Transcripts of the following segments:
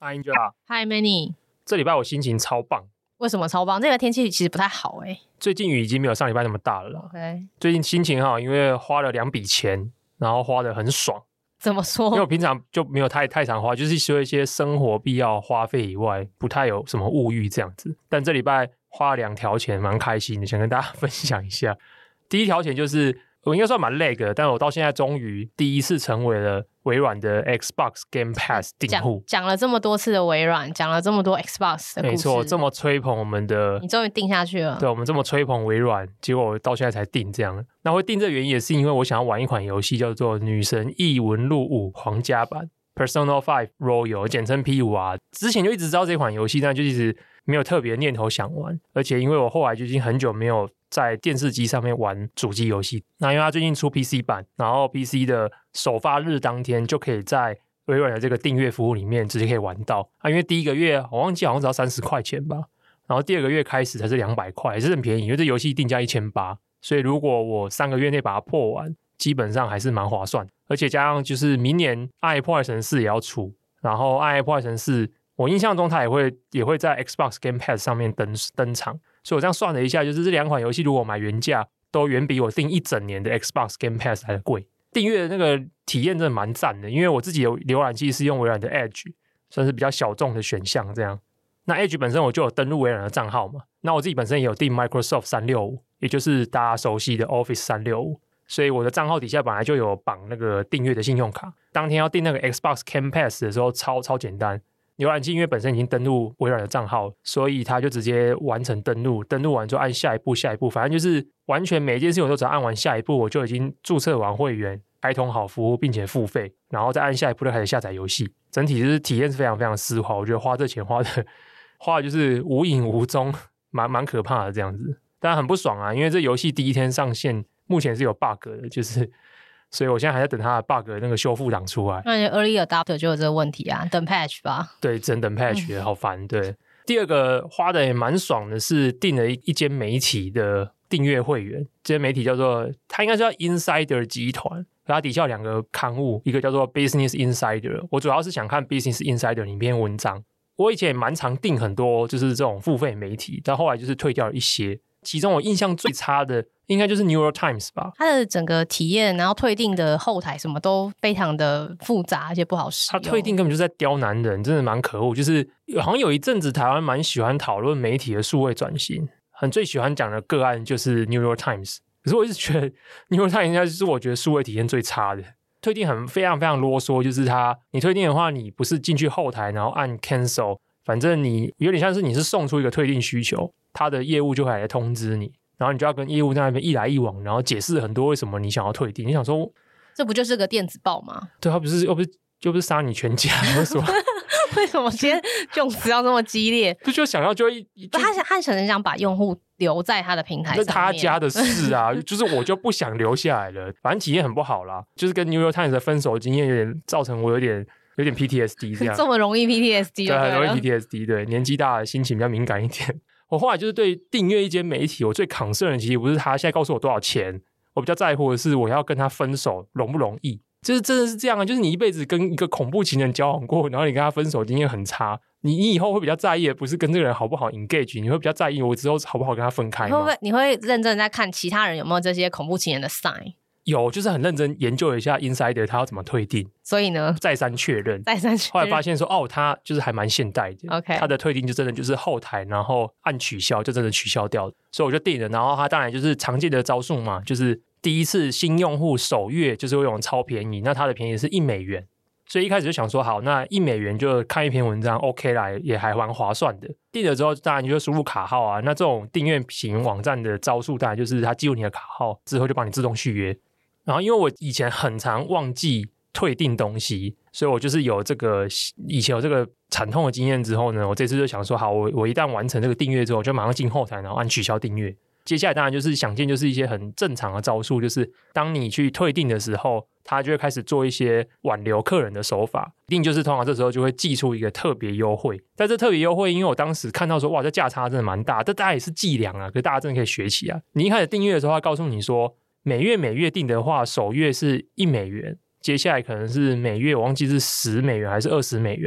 Hi Angela， Hi Manny， 这礼拜我心情超棒。 为什么超棒？这个天气其实不太好最近雨已经没有上礼拜那么大了啦。 OK， 最近心情好，因为花了2笔钱，然后花得很爽。 怎么说？ 因为我平常就没有太常花，就是说一些生活必要花费以外，不太有什么物欲这样子。但这礼拜花了2条钱，蛮开心的，想跟大家分享一下。第一条钱就是我应该算蛮累的，但我到现在终于第一次成为了微软的 Xbox Game Pass 订户。 讲了这么多次的微软，讲了这么多 Xbox 的故事， 没错，这么吹捧我们的， 你终于定下去了。 对，我们这么吹捧微软，结果我到现在才定这样。那会定这原因也是因为我想要玩一款游戏，叫做《女神异闻录5皇家版》 Persona 5 Royal， 简称 P5 啊。之前就一直知道这款游戏，但就一直没有特别念头想玩。而且因为我后来就已经很久没有在电视机上面玩主机游戏，那因为它最近出 PC 版，然后 PC 的首发日当天就可以在微软的这个订阅服务里面直接可以玩到啊。因为第一个月我忘记好像只要30块钱吧，然后第二个月开始才是200块，也是很便宜，因为这游戏定价1800，所以如果我3个月内把它破完，基本上还是蛮划算。而且加上就是明年《暗黑破坏神4》也要出，然后《暗黑破坏神4》我印象中它也会在 Xbox Game Pass 上面登场，所以我这样算了一下，就是这2款游戏如果买原价，都远比我订1整年的 Xbox Game Pass 还贵。订阅的那个体验真的蛮赞的，因为我自己有浏览器是用微软的 Edge， 算是比较小众的选项这样。那 Edge 本身我就有登录微软的账号嘛，那我自己本身也有订 Microsoft 365，也就是大家熟悉的 Office 365，所以我的账号底下本来就有绑那个订阅的信用卡。当天要订那个 Xbox Game Pass 的时候超简单，浏览器因为本身已经登录微软的账号，所以它就直接完成登录，登录完之后按下一步，反正就是完全每一件事情我都只要按完下一步，我就已经注册完会员，开通好服务并且付费，然后再按下一步就开始下载游戏。整体就是体验是非常非常丝滑，我觉得花这钱花的就是无影无踪，蛮可怕的这样子。但很不爽啊，因为这游戏第一天上线目前是有 bug 的，就是所以我现在还在等它的 bug 那个修复档出来。 那你 Early Adopter 就有这个问题啊，等 patch 吧。 对，只能等 patch，好烦。对，第二个花的也蛮爽的是订了一间媒体的订阅会员，这间媒体叫做它应该叫 Insider 集团，它底下有2个刊物，一个叫做 Business Insider， 我主要是想看 Business Insider 里面文章。我以前也蛮常订很多就是这种付费媒体，但后来就是退掉了一些，其中我印象最差的应该就是 New York Times 吧。 它的整个体验，然后退订的后台什么都非常的复杂，而且不好使用。 它退订根本就是在刁难人，真的蛮可恶。就是好像有一阵子台湾蛮喜欢讨论媒体的数位转型，最喜欢讲的个案就是 New York Times。可是我一直觉得 New York Times 应该就是我觉得数位体验最差的。退订非常非常啰嗦，就是你退订的话，你不是进去后台然后按 cancel， 反正你有点像是你是送出一个退订需求，他的业务就会来通知你，然后你就要跟业务在那边一来一往，然后解释很多为什么你想要退订。你想说这不就是个电子报吗？ 对，他又不是杀你全家，为什么为什么今天用词要这么激烈？ 就想要他可能想把用户留在他的平台上面， 那他家的事啊，就是我就不想留下来了，反正体验很不好啦，就是跟 New York Times 的分手经验有点造成我有点 PTSD 这样。 这么容易 PTSD 对，很容易 PTSD， 对，年纪大了心情比较敏感一点。我后来就是对订阅一间媒体，我最 concern 的其实不是他现在告诉我多少钱，我比较在乎的是我要跟他分手容不容易。就是真的是这样啊，就是你一辈子跟一个恐怖情人交往过，然后你跟他分手经验很差，你以后会比较在意的不是跟这个人好不好 engage， 你会比较在意我之后好不好跟他分开吗？ 你会认真在看其他人有没有这些恐怖情人的 sign？ 有，就是很认真研究了一下 Insider 他要怎么退订， 所以呢再三确认，后来发现说他就是还蛮现代的。 OK， 他的退订就真的就是后台然后按取消就真的取消掉，所以我就订了。然后他当然就是常见的招数嘛，就是第一次新用户首月就是会用超便宜，那他的便宜是$1，所以一开始就想说好，那$1就看一篇文章 OK 啦，也还蛮划算的。订了之后当然就输入卡号啊，那这种订阅型网站的招数当然就是他记录你的卡号之后就帮你自动续约。然后因为我以前很常忘记退订东西，所以我就是以前有这个惨痛的经验之后呢，我这次就想说好，我一旦完成这个订阅之后，就马上进后台然后按取消订阅。接下来当然就是想见就是一些很正常的招数，就是当你去退订的时候，他就会开始做一些挽留客人的手法，一定就是通常这时候就会寄出一个特别优惠。在这特别优惠，因为我当时看到说哇，这价差真的蛮大，这大家也是伎俩啊，可是大家真的可以学起来。你一开始订阅的时候，他告诉你说每月订的话，首月是$1，接下来可能是每月我忘记是$10还是$20，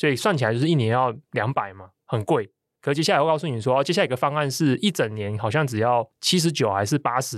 所以算起来就是一年要200嘛，很贵。可是接下来我告诉你说，接下来一个方案是一整年好像只要79还是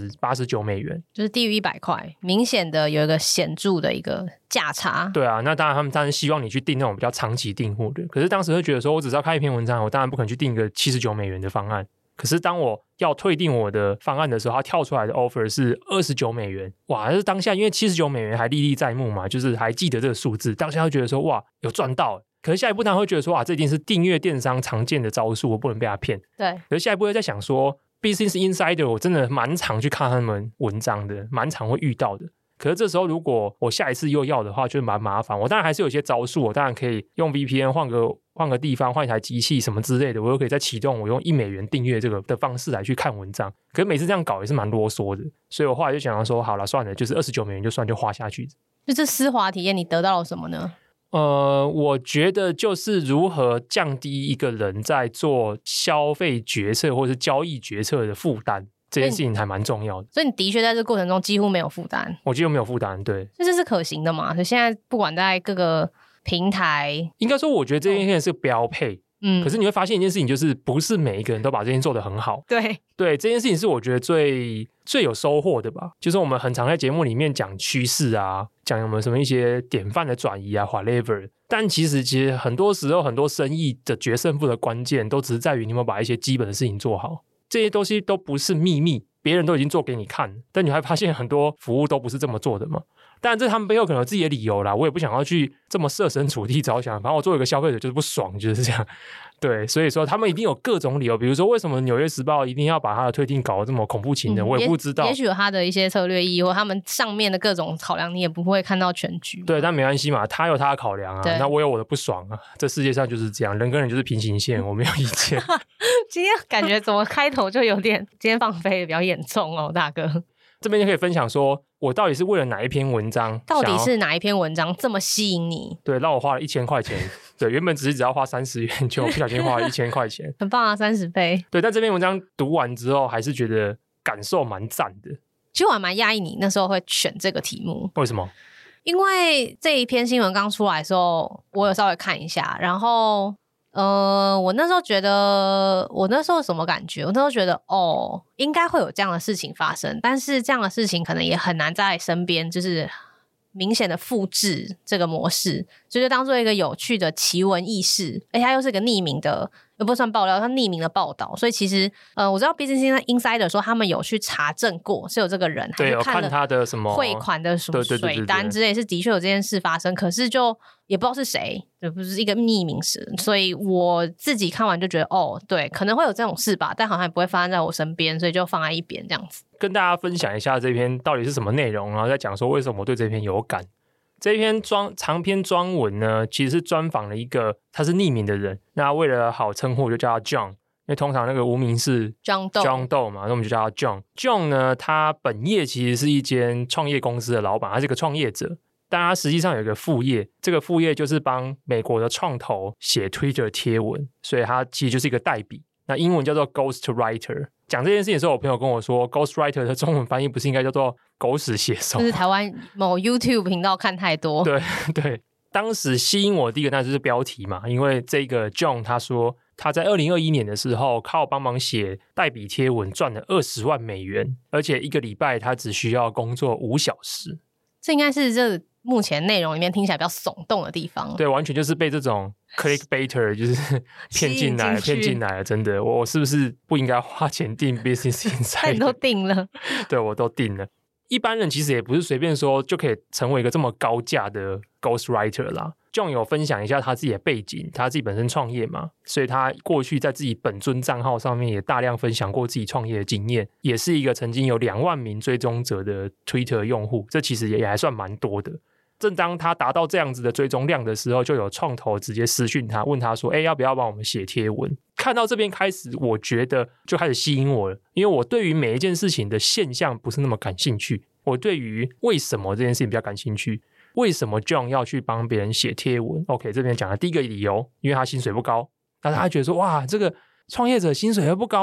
89美元， 就是低于100块，明显的有一个显著的一个价差。 对啊，那当然他们当然希望你去订那种比较长期订户的，可是当时会觉得说我只是要看一篇文章，我当然不可能去订一个79美元的方案。可是当我要退订我的方案的时候，它跳出来的 offer 是29美元，哇！就是当下因为79美元还历历在目嘛，就是还记得这个数字，当下会觉得说哇有赚到。可是下一步当然会觉得说哇，这一定是订阅电商常见的招数，我不能被他骗。 对。 可是下一步会在想说 Business Insider 我真的蛮常去看他们文章的，蛮常会遇到的。可是这时候如果我下一次又要的话就蛮麻烦，我当然还是有一些招数，我当然可以用 VPN 换个地方，换一台机器什么之类的，我又可以再启动我用1美元订阅这个的方式来去看文章。可是每次这样搞也是蛮啰嗦的，所以我后来就想要说好了算了，就是29美元就算，就花下去。 就这丝滑体验你得到了什么呢？ 我觉得就是如何降低一个人在做消费决策或是交易决策的负担，这件事情还蛮重要的。 所以你的确在这过程中几乎没有负担。 我几乎没有负担，对。 这是可行的嘛？所以现在不管在各个平台， 应该说我觉得这件事情是标配。可是你会发现一件事情，就是不是每一个人都把这件事做得很好。 对， 这件事情是我觉得最有收获的吧。就是我们很常在节目里面讲趋势啊，讲有没有什么一些典范的转移啊 whatever， 但其实很多时候很多生意的决胜负的关键都只是在于你有没有把一些基本的事情做好。这些东西都不是秘密，别人都已经做给你看，但你还发现很多服务都不是这么做的嘛。当然这他们背后可能有自己的理由啦，我也不想要去这么设身处地着想，反正我作为一个消费者就是不爽，就是这样。对，所以说他们一定有各种理由，比如说为什么纽约时报一定要把他的退订搞得这么恐怖情人，我也不知道。 也许有他的一些策略意义，或他们上面的各种考量，你也不会看到全局。 对，但没关系嘛，他有他的考量啊，那我有我的不爽啊。这世界上就是这样，人跟人就是平行线，我没有意见。 今天感觉怎么开头就有点今天放飞的比较严重哦，大哥。 这边就可以分享说我到底是为了哪一篇文章， 到底是哪一篇文章这么吸引你？ 对，让我花了1000块钱。对，原本只要花30元，就不小心花了1000块钱。 很棒啊，30倍。 对，但这篇文章读完之后还是觉得感受蛮赞的。 其实我还蛮讶异你那时候会选这个题目。 为什么？ 因为这一篇新闻刚出来的时候我有稍微看一下，然后我那时候觉得，我那时候什么感觉？我那时候觉得应该会有这样的事情发生，但是这样的事情可能也很难在身边就是明显的复制这个模式，就当做一个有趣的奇闻异事，而且它又是一个匿名的，又不算爆料，它匿名的报道，所以其实我知道 Business Insider 说他们有去查证过是有这个人， 对，有看他的什么汇款的什么水单之类，是的确有这件事发生，可是就也不知道是谁，就不是一个匿名人，所以我自己看完就觉得对，可能会有这种事吧，但好像也不会发生在我身边，所以就放在一边这样子。 跟大家分享一下这篇到底是什么内容，然后再讲说为什么我对这篇有感。这篇长篇专文呢，其实是专访了一个他是匿名的人，那为了好称呼我就叫他 John， 因为通常那个无名是 John Doe 嘛，那我们就叫他 John 呢，他本业其实是一间创业公司的老板，他是个创业者，但他实际上有一个副业，这个副业就是帮美国的创投写 Twitter 贴文，所以他其实就是一个代笔，那英文叫做 Ghostwriter。讲这件事情的时候，我朋友跟我说 Ghostwriter 的中文翻译不是应该叫做狗屎写手， 就是台湾某 YouTube 频道看太多。 对对，当时吸引我的第一个当然就是标题嘛，因为这个 John 他说他在2021年的时候靠帮忙写代笔贴文赚了20万美元，而且一个礼拜他只需要工作5小时。 这应该是这目前内容里面听起来比较耸动的地方。 对，完全就是被这种 clickbaiter 就是骗进来了，真的，我是不是不应该花钱订 Business Insider？ 但你都订了。 对，我都订了。一般人其实也不是随便说就可以成为一个这么高价的 Ghostwriter 啦。John 有分享一下他自己的背景，他自己本身创业嘛，所以他过去在自己本尊账号上面也大量分享过自己创业的经验，也是一个曾经有2万名追踪者的 Twitter 用户，这其实也还算蛮多的。正当他达到这样子的追踪量的时候，就有创投直接私讯他，问他说要不要帮我们写贴文。看到这边开始，我觉得就开始吸引我了，因为我对于每一件事情的现象不是那么感兴趣，我对于为什么这件事情比较感兴趣。为什么 John 要去帮别人写贴文 ？OK， 这边讲的第一个理由，因为他薪水不高。但是他觉得说，哇，这个创业者薪水会不高吗？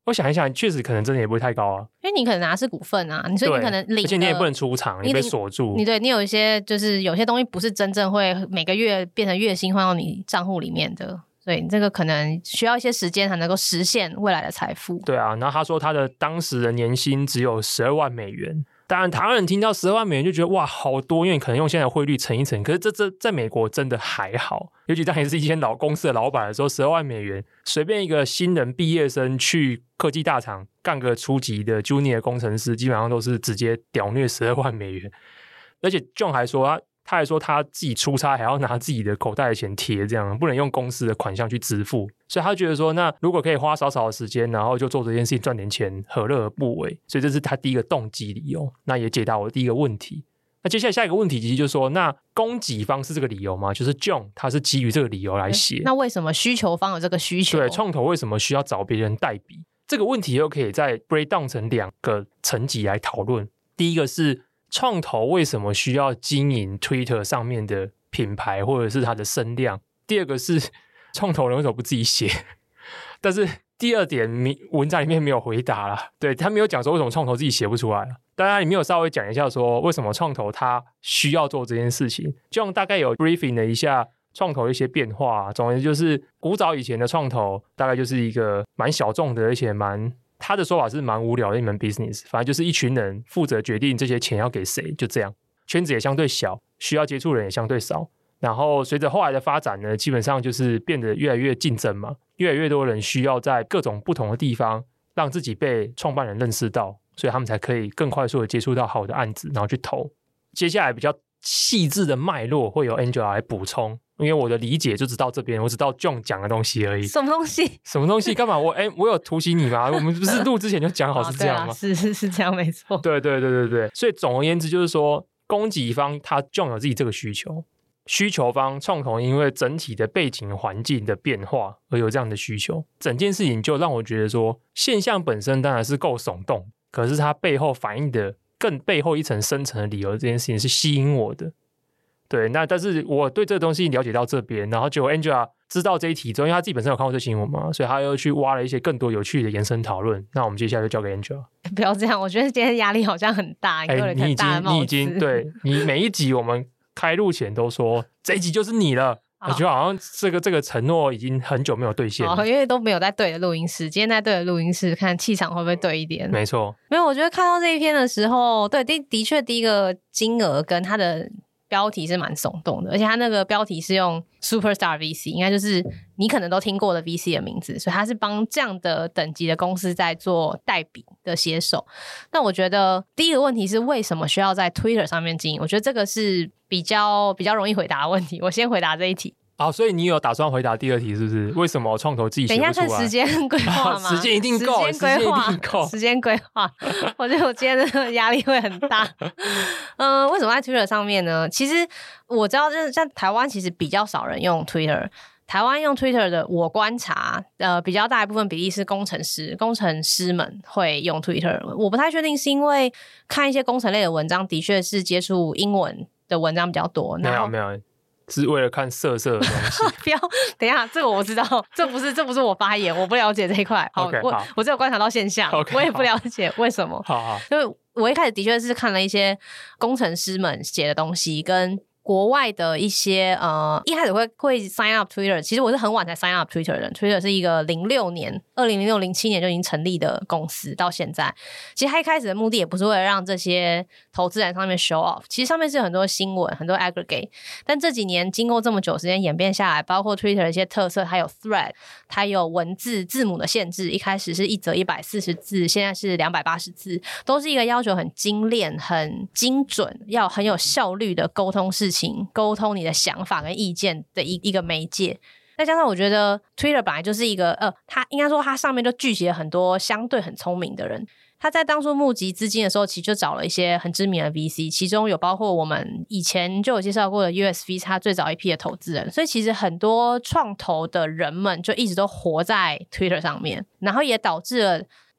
我想一想，确实可能真的也不会太高啊， 因为你可能拿的是股份啊，所以你可能领， 而且你也不能出场，你被锁住。 你有一些就是有些东西不是真正会每个月变成月薪换到你账户里面的，所以你这个可能需要一些时间才能够实现未来的财富。 对啊，然后他说他的当时的年薪只有12万美元。当然台湾人听到12万美元就觉得哇好多，因为你可能用现在的汇率乘一乘，可是这在美国真的还好，尤其当你是一间老公司的老板的时候，12万美元随便一个新人毕业生去科技大厂干个初级的 junior 工程师，基本上都是直接屌虐12万美元。而且 John 还说他还说他自己出差还要拿自己的口袋的钱贴，这样不能用公司的款项去支付，所以他觉得说那如果可以花少少的时间然后就做这件事情赚点钱，何乐而不为，所以这是他第一个动机理由。那也解答我的第一个问题。那接下来下一个问题其实就是说，那供给方是这个理由吗？就是 John 他是基于这个理由来写， 那为什么需求方有这个需求？ 对，创投为什么需要找别人代笔，这个问题又可以再 break down 成2个层级来讨论。第一个是创投为什么需要经营 Twitter 上面的品牌或者是它的声量，第二个是创投人为什么不自己写但是第二点文章里面没有回答啦，对，他没有讲说为什么创投自己写不出来，当然里面有稍微讲一下说为什么创投他需要做这件事情，就大概有 briefing 了一下创投一些变化。总而言之就是古早以前的创投大概就是一个蛮小众的，而且他的说法是蛮无聊的一门 business， 反正就是一群人负责决定这些钱要给谁，就这样，圈子也相对小，需要接触人也相对少。然后随着后来的发展呢，基本上就是变得越来越竞争嘛，越来越多人需要在各种不同的地方让自己被创办人认识到，所以他们才可以更快速的接触到好的案子然后去投。接下来比较细致的脉络会由 Angela 来补充，因为我的理解就只到这边，我只到 John 讲的东西而已。 什么东西？ 什么东西？干嘛？我有突袭你吗？我们不是录之前就讲好是这样吗？ 是这样没错。 对，所以总而言之就是说，供给方他 John 有自己这个需求，需求方创投因为整体的背景环境的变化而有这样的需求。整件事情就让我觉得说，现象本身当然是够耸动，可是它背后反映的更背后一层深层的理由，这件事情是吸引我的。对，那但是我对这个东西了解到这边，然后结果 Angela 知道这一题之后，因为他自己本身有看过这新闻嘛，所以他又去挖了一些更多有趣的延伸讨论。那我们接下来就交给 Angela。 不要这样，我觉得今天压力好像很大， 你已经对你每一集我们开录前都说这一集就是你了，我觉得好像这个承诺已经很久没有兑现了， 因为都没有在对的录音室，今天在对的录音室，看气场会不会对一点。 没错， 没有，我觉得看到这一篇的时候，对，的确第一个金额跟他的标题是蛮耸动的，而且他那个标题是用 Superstar VC， 应该就是你可能都听过的 VC 的名字，所以他是帮这样的等级的公司在做代笔的写手。那我觉得第一个问题是为什么需要在 Twitter 上面经营，我觉得这个是比较容易回答的问题，我先回答这一题。 所以你有打算回答第二题是不是？为什么创投自己写不出来？ 等一下看时间规划嘛， 时间一定够， 时间规划。我觉得我今天的压力会很大。为什么在 Twitter 上面呢？其实我知道，就是像台湾其实比较少人用 Twitter。台湾用 Twitter 的，我观察，比较大一部分比例是工程师们会用 Twitter。我不太确定是因为看一些工程类的文章，的确是接触英文的文章比较多。 没有。是为了看色的东西不要，等一下，这个我知道，这不是我发言，我不了解这一块。好， okay, 我只有观察到现象， okay, 我也不了解为什么。 好， 就是我一开始的确是看了一些工程师们写的东西，跟国外的一些一开始会 sign up Twitter， 其实我是很晚才 sign up Twitter 的人。Twitter 是一个2006年07年就已经成立的公司，到现在其实它一开始的目的也不是为了让这些投资人上面 show off， 其实上面是有很多新闻，很多 aggregate， 但这几年经过这么久时间演变下来，包括 Twitter 的一些特色，它有 thread， 它有文字字母的限制，一开始是一则140字，现在是280字，都是一个要求很精炼很精准，要很有效率的沟通事情，沟通你的想法跟意见的一个媒介。再加上我觉得 Twitter 本来就是一个它应该说它上面就聚集了很多相对很聪明的人。他在当初募集资金的时候，其实就找了一些很知名的 VC， 其中有包括我们以前就有介绍过的 USV， 他最早一批的投资人。所以其实很多创投的人们就一直都活在 Twitter 上面，然后也导致了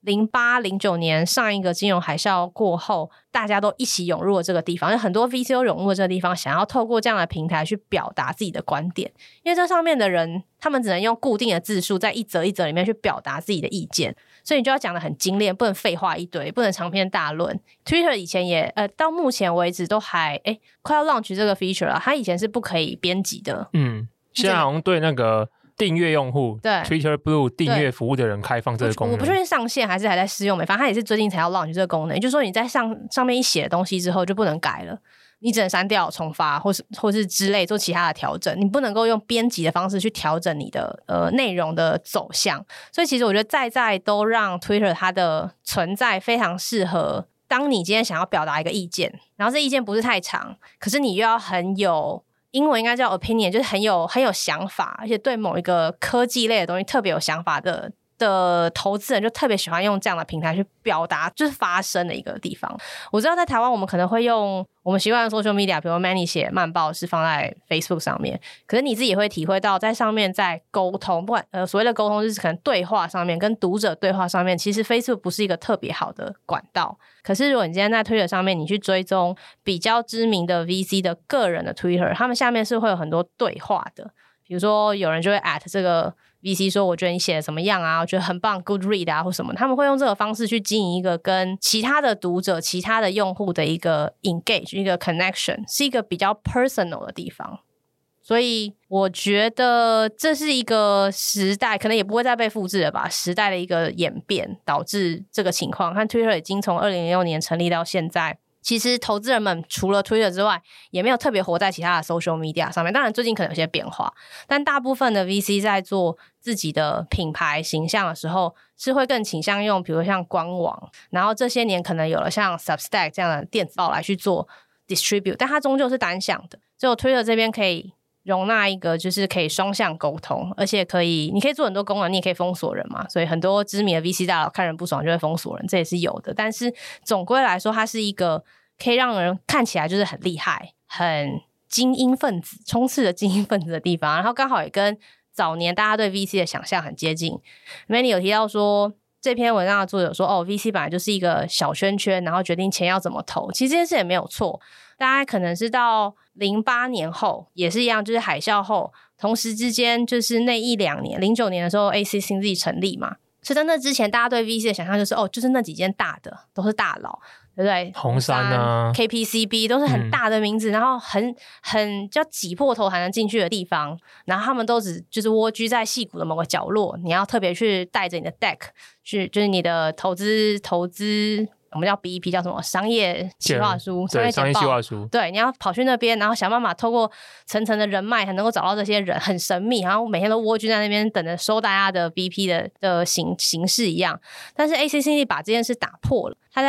08、09年上一个金融海啸过后，大家都一起涌入了这个地方，就很多 VC 都涌入了这个地方，想要透过这样的平台去表达自己的观点。因为这上面的人他们只能用固定的字数在一则一则里面去表达自己的意见，所以你就要讲得很精炼，不能废话一堆，不能长篇大论。 Twitter 以前也到目前为止都还快要 launch 这个 feature 了，它以前是不可以编辑的。 现在好像对那个订阅用户，对 Twitter Blue 订阅服务的人开放这个功能，我不确定上线还是还在试用没，反正它也是最近才要 launch 这个功能，也就是说你在上面一写的东西之后就不能改了，你只能删掉重发或是之类做其他的调整，你不能够用编辑的方式去调整你的内容的走向。所以其实我觉得在都让 Twitter 它的存在非常适合当你今天想要表达一个意见，然后这意见不是太长，可是你又要很有英文应该叫 opinion， 就是很有想法，而且对某一个科技类的东西特别有想法的投资人就特别喜欢用这样的平台去表达，就是发声的一个地方。我知道在台湾我们可能会用我们习惯的 social media， 比如 Manny 写慢报是放在 Facebook 上面，可是你自己也会体会到在上面在沟通，不管所谓的沟通就是可能对话上面跟读者对话上面，其实 Facebook 不是一个特别好的管道。可是如果你今天在 Twitter 上面你去追踪比较知名的 VC 的个人的 Twitter， 他们下面是会有很多对话的，比如说有人就会 at 这个VC 说我觉得你写的怎么样啊，我觉得很棒 good read 啊或什么，他们会用这个方式去经营一个跟其他的读者其他的用户的一个 engage， 一个 connection， 是一个比较 personal 的地方。所以我觉得这是一个时代可能也不会再被复制了吧，时代的一个演变导致这个情况。看 Twitter 已经从2006年成立到现在，其实投资人们除了 Twitter 之外也没有特别活在其他的 social media 上面，当然最近可能有些变化，但大部分的 VC 在做自己的品牌形象的时候是会更倾向用比如像官网，然后这些年可能有了像 Substack 这样的电子报来去做 distribute， 但它终究是单向的，只有 Twitter 这边可以容纳一个就是可以双向沟通，而且你可以做很多功能，你也可以封锁人嘛，所以很多知名的 VC 大佬看人不爽就会封锁人，这也是有的。但是总归来说它是一个可以让人看起来就是很厉害很精英分子冲刺的精英分子的地方，然后刚好也跟早年大家对 VC 的想象很接近。 Manny 有提到说这篇文章的作者说VC 本来就是一个小圈圈，然后决定钱要怎么投，其实这件事也没有错，大家可能是到08年后也是一样，就是海啸后同时之间就是那1-2年09年的时候 ACCZ 成立嘛，所以在那之前大家对 VC 的想象就是就是那几间大的都是大佬，对不对？ 红杉啊 KPCB 都是很大的名字，然后很就要挤破头才能进去的地方，然后他们都就是蜗居在矽谷的某个角落，你要特别去带着你的 deck 去，就是你的投资我们叫 BEP 叫什么商业企划书， 对，商业企划书， 对，你要跑去那边，然后想办法透过层层的人脉才能够找到这些人，很神秘，然后每天都蜗居在那边等着收大家的 BP 的形式一样。但是 ACCZ 把这件事打破了，他在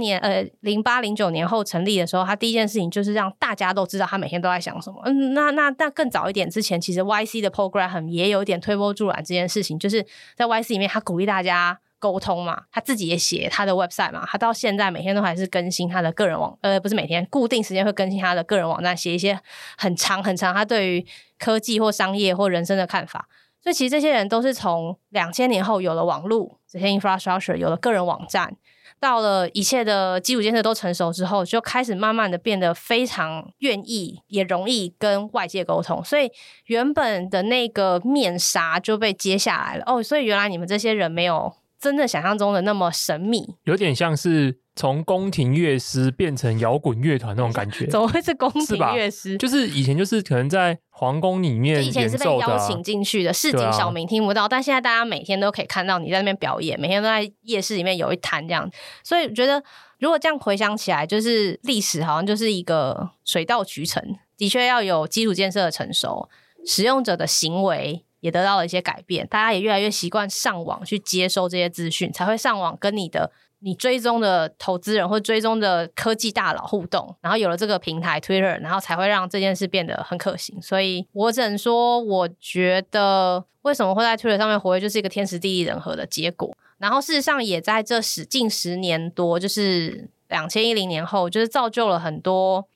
08-09年后成立的时候，他第一件事情就是让大家都知道他每天都在想什么。那更早一点之前，其实 YC 的 program 也有一点推波助澜这件事情，就是在 YC 里面他鼓励大家沟通嘛，他自己也写他的 website 嘛，他到现在每天都还是更新他的个人不是每天，固定时间会更新他的个人网站，写一些很长他对于科技或商业或人生的看法。所以其实这些人都是从2000年后有了网络这些 infrastructure， 有了个人网站，到了一切的基础建设都成熟之后，就开始慢慢的变得非常愿意也容易跟外界沟通，所以原本的那个面纱就被揭下来了。所以原来你们这些人没有真的想象中的那么神秘， 有点像是从宫廷乐师变成摇滚乐团那种感觉。 怎么会是宫廷乐师？ 就是以前就是可能在皇宫里面演奏的，以前是被邀请进去的，市井小民听不到，但现在大家每天都可以看到你在那边表演，每天都在夜市里面有一摊这样。所以我觉得如果这样回想起来，就是历史好像就是一个水到渠成，的确要有基础建设的成熟，使用者的行为也得到了一些改变，大家也越来越习惯上网去接收这些资讯，才会上网跟你追踪的投资人或追踪的科技大佬互动，然后有了这个平台 Twitter， 然后才会让这件事变得很可行。所以我只能说我觉得为什么会在 Twitter 上面活跃，就是一个天时地利人和的结果。然后事实上也在这近10年多，就是2010年后，就是造就了很多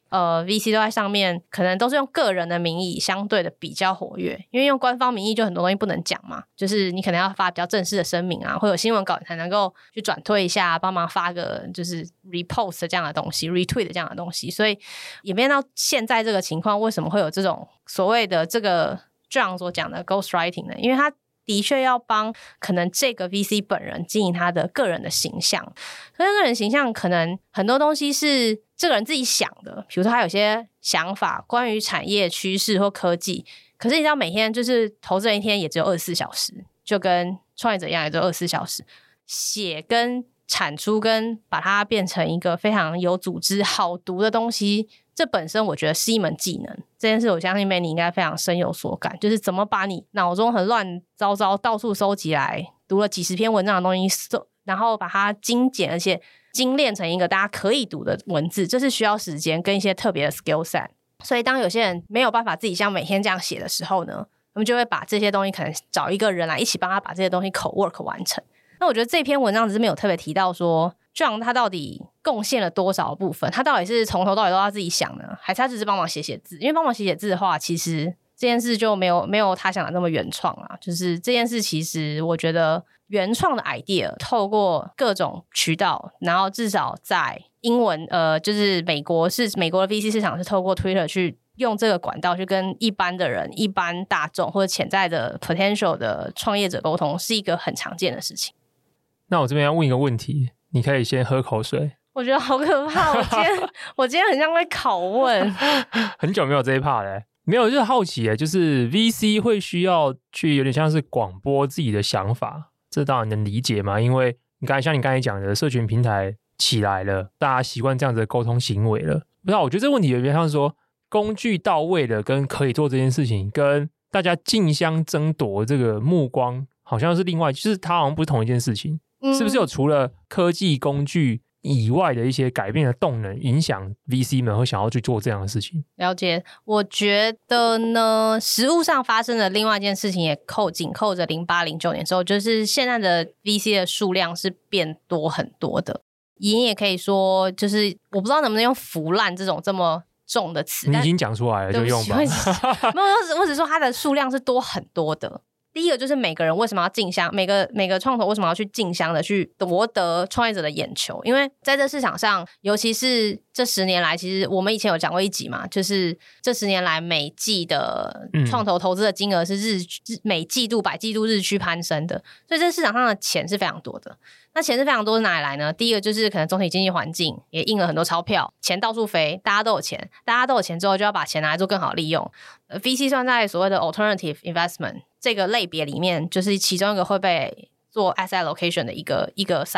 VC 都在上面，可能都是用个人的名义相对的比较活跃，因为用官方名义就很多东西不能讲嘛，就是你可能要发比较正式的声明啊，会有新闻稿你才能够去转推一下，帮忙发个就是 repost 这样的东西 retweet 这样的东西，所以演变到现在这个情况，为什么会有这种所谓的这个John 所讲的 ghostwriting 呢？因为他的确要帮可能这个 VC 本人经营他的个人的形象，可是个人形象可能很多东西是这个人自己想的，比如说他有些想法关于产业趋势或科技，可是你知道每天就是投资人一天也只有24小时，就跟创业者一样也只有24小时，写跟产出跟把它变成一个非常有组织好读的东西，这本身我觉得是一门技能。这件事我相信 Manny 应该非常深有所感，就是怎么把你脑中很乱糟糟到处收集来读了几十篇文章的东西，然后把它精简而且精炼成一个大家可以读的文字，这是需要时间跟一些特别的 skill set。 所以当有些人没有办法自己像每天这样写的时候呢，他们就会把这些东西可能找一个人来一起帮他把这些东西口 work 完成。那我觉得这篇文章只是没有特别提到说John 他到底贡献了多少部分，他到底是从头到尾都要自己想呢，还是他只是帮忙写字？因为帮忙写字的话，其实这件事就没有他想的那么原创啊。就是这件事其实我觉得原创的 idea 透过各种渠道，然后至少在英文就是美国的 VC 市场是透过 Twitter 去用这个管道去跟一般的人、一般大众或者潜在的 potential 的创业者沟通，是一个很常见的事情。 那我这边要问一个问题，你可以先喝口水。 我觉得好可怕，我今天很像被拷问。 很久没有这一 part 了。没有，就是好奇就是 VC 会需要去有点像是广播自己的想法，这当然能理解嘛，因为像你刚才讲的，社群平台起来了，大家习惯这样子的沟通行为了。不知道，我觉得这个问题有点像是说工具到位了跟可以做这件事情，跟大家竞相争夺这个目光好像是另外，就是它好像不是同一件事情。是不是有除了科技工具以外的一些改变的动能，影响 VC 们会想要去做这样的事情？了解，我觉得呢，实务上发生的另外一件事情也紧扣着08、09年之后，就是现在的 VC 的数量是变多很多的。你也可以说，就是我不知道能不能用腐烂这种这么重的词， 你已经讲出来了，就用吧。 没有，我只说它的数量是多很多的。第一个就是每个人为什么要竞相，每个创投为什么要去竞相的去夺得创业者的眼球？因为在这市场上，尤其是这10年来，其实我们以前有讲过一集嘛，就是这10年来每季的创投投资的金额是每季度、百季度日趋攀升的，所以这市场上的钱是非常多的。那钱是非常多是哪里来呢？第一个就是可能总体经济环境也印了很多钞票，钱到处飞，大家都有钱，大家都有钱之后就要把钱拿来做更好的利用。VC 算在所谓的 alternative investment 这个类别里面，就是其中一个会被做 asset allocation 的一个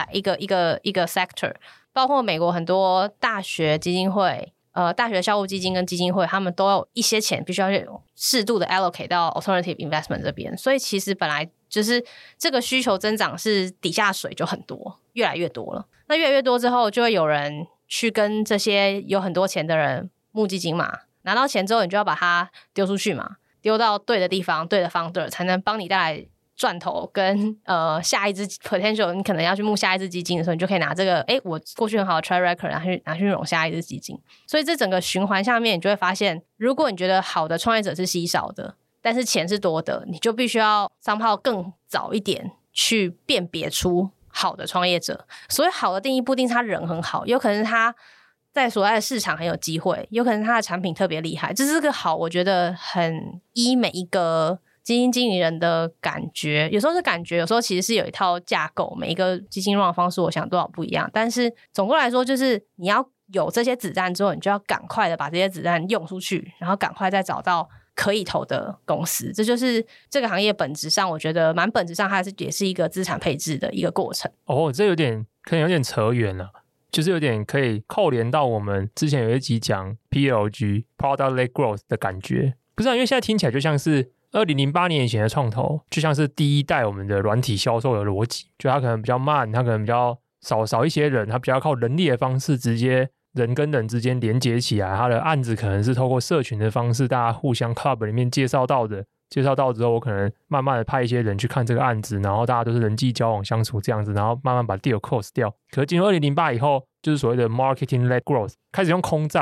sector， 包括美国很多大学基金会、大学校务基金跟基金会，他们都有一些钱必须要适度的 allocate 到 alternative investment 这边，所以其实本来就是这个需求增长是底下水就很多，越来越多了。那越来越多之后，就会有人去跟这些有很多钱的人募基金嘛，拿到钱之后，你就要把它丢出去嘛，丢到对的地方，对的 founder 才能帮你带来赚头跟下一支 potential。 你可能要去募下一支基金的时候，你就可以拿这个我过去很好的 track record 拿去融下一支基金。所以这整个循环下面，你就会发现，如果你觉得好的创业者是稀少的，但是钱是多的，你就必须要somehow更早一点去辨别出好的创业者。所谓好的定义不一定是他人很好，有可能是他在所在的市场很有机会，有可能他的产品特别厉害。这个好，我觉得很依每一个基金经理人的感觉，有时候是感觉，有时候其实是有一套架构，每一个基金 run 的方式我想多少不一样，但是总过来说，就是你要有这些子弹之后，你就要赶快的把这些子弹用出去，然后赶快再找到可以投的公司。这就是这个行业本质上，我觉得蛮本质上它也是一个资产配置的一个过程。这可能有点扯远了，就是有点可以扣连到我们之前有一集讲 PLG Product Led Growth 的感觉。不是因为现在听起来就像是2008年以前的创投，就像是第一代我们的软体销售的逻辑，就它可能比较慢，它可能比较少一些人，它比较靠人力的方式直接人跟人之间连接起来，它的案子可能是透过社群的方式，大家互相 club 里面介绍到之后，我可能慢慢的派一些人去看这个案子，然后大家都是人际交往相处这样子，然后慢慢把 deal close 掉。可是进入2008以后，就是所谓的 marketing led growth 开始用空战嘛，